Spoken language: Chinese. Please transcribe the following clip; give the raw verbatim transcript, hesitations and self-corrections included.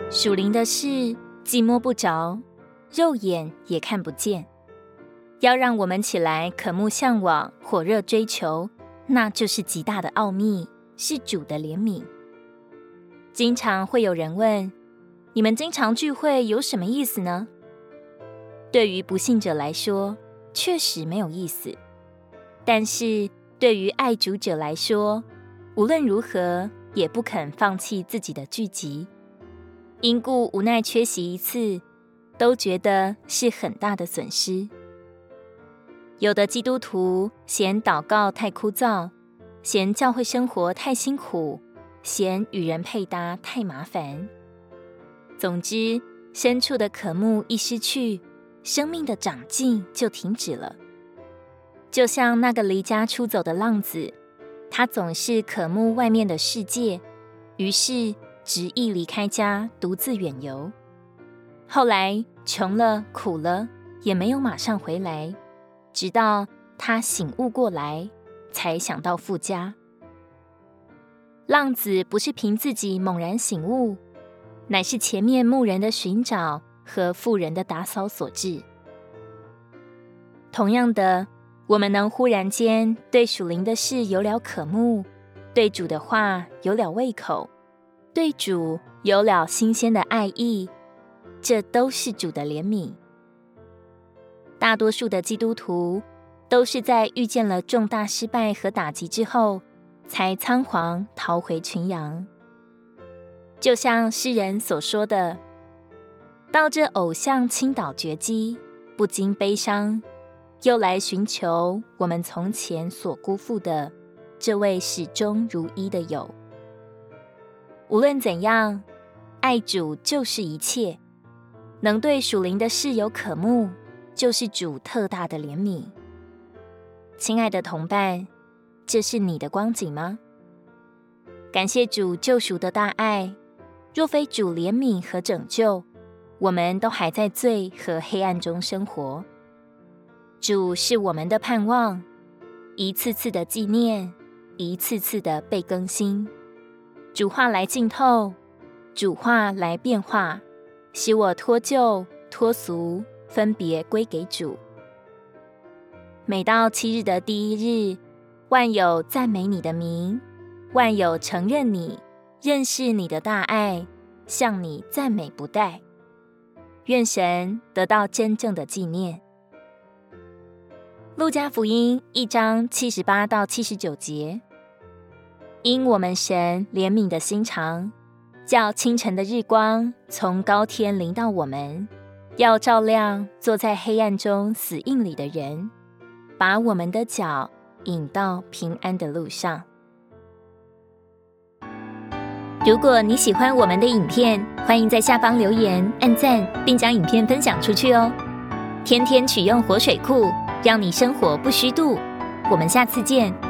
属灵的事既摸不着，肉眼也看不见。要让我们起来渴慕向往，火热追求，那就是极大的奥秘，是主的怜悯。经常会有人问，你们经常聚会有什么意思呢？对于不信者来说，确实没有意思。但是对于爱主者来说，无论如何也不肯放弃自己的聚集，因故无奈缺席一次，都觉得是很大的损失。有的基督徒嫌祷告太枯燥，嫌教会生活太辛苦，嫌与人配搭太麻烦。总之，深处的渴慕一失去，生命的长进就停止了。就像那个离家出走的浪子，他总是渴慕外面的世界，于是执意离开家，独自远游。后来穷了苦了，也没有马上回来，直到他醒悟过来，才想到父家。浪子不是凭自己猛然醒悟，乃是前面牧人的寻找和妇人的打扫所致。同样的，我们能忽然间对属灵的事有了渴慕，对主的话有了胃口，对主有了新鲜的爱意，这都是主的怜悯。大多数的基督徒都是在遇见了重大失败和打击之后，才仓皇逃回群羊。就像诗人所说的，到这偶像倾倒绝迹，不禁悲伤，又来寻求我们从前所辜负的这位始终如一的友。无论怎样，爱主就是一切，能对属灵的事有渴慕，就是主特大的怜悯。亲爱的同伴，这是你的光景吗？感谢主救赎的大爱，若非主怜悯和拯救，我们都还在罪和黑暗中生活。主是我们的盼望，一次次的纪念，一次次的被更新。主话来浸透，主话来变化，使我脱旧脱俗，分别归给主。每到七日的第一日，万有赞美你的名，万有承认你，认识你的大爱，向你赞美不怠。愿神得到真正的纪念。路加福音一章七十八到七十九节，因我们神怜悯的心肠，叫清晨的日光从高天临到我们，要照亮坐在黑暗中死荫里的人，把我们的脚引到平安的路上。如果你喜欢我们的影片，欢迎在下方留言、按赞，并将影片分享出去哦。天天取用活水库，让你生活不虚度。我们下次见。